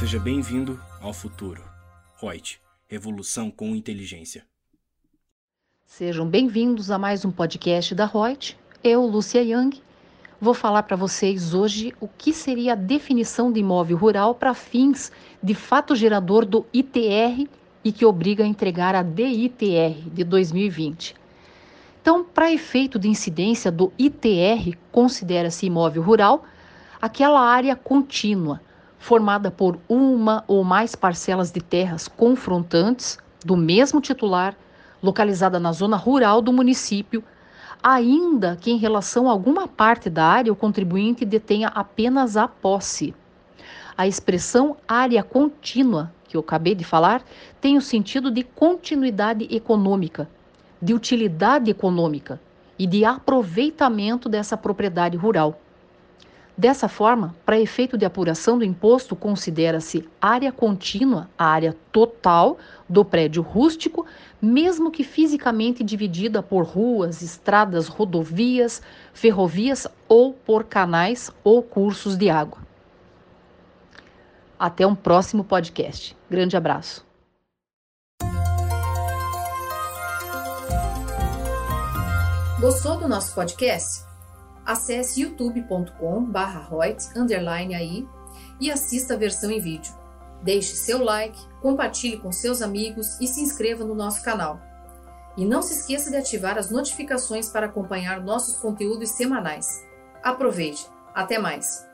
Seja bem-vindo ao futuro. Reut, revolução com inteligência. Sejam bem-vindos a mais um podcast da Reut. Eu, Lúcia Yang, vou falar para vocês hoje o que seria a definição de imóvel rural para fins de fato gerador do ITR e que obriga a entregar a DITR de 2020. Então, para efeito de incidência do ITR, considera-se imóvel rural aquela área contínua, formada por uma ou mais parcelas de terras confrontantes do mesmo titular, localizada na zona rural do município, ainda que em relação a alguma parte da área o contribuinte detenha apenas a posse. A expressão área contínua, que eu acabei de falar, tem o sentido de continuidade econômica, de utilidade econômica e de aproveitamento dessa propriedade rural. Dessa forma, para efeito de apuração do imposto, considera-se área contínua a área total do prédio rústico, mesmo que fisicamente dividida por ruas, estradas, rodovias, ferrovias ou por canais ou cursos de água. Até um próximo podcast. Grande abraço. Gostou do nosso podcast? Acesse youtube.com/Reut_AI e assista a versão em vídeo. Deixe seu like, compartilhe com seus amigos e se inscreva no nosso canal. E não se esqueça de ativar as notificações para acompanhar nossos conteúdos semanais. Aproveite! Até mais!